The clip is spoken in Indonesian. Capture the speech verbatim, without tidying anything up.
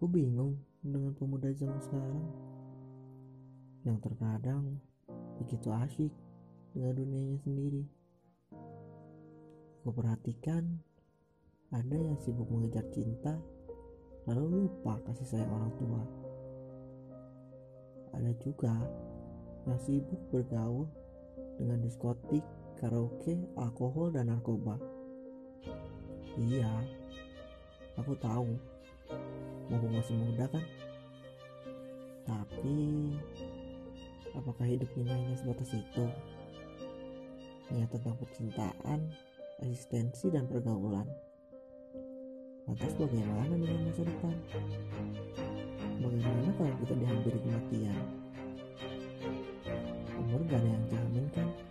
Aku bingung dengan pemuda zaman sekarang yang terkadang begitu asyik dengan dunianya sendiri. Aku perhatikan ada yang sibuk mengejar cinta lalu lupa kasih sayang orang tua. Ada juga yang sibuk bergaul dengan diskotik, karaoke, alkohol, dan narkoba. Iya, aku tahu mumpung masih muda kan. Tapi apakah hidup ini hanya sebatas itu? Hanya tentang percintaan, eksistensi, dan pergaulan. Lantas bagaimana dengan masa depan? Bagaimana kalau kita dihampiri kematian? Umur gak ada yang jamin kan?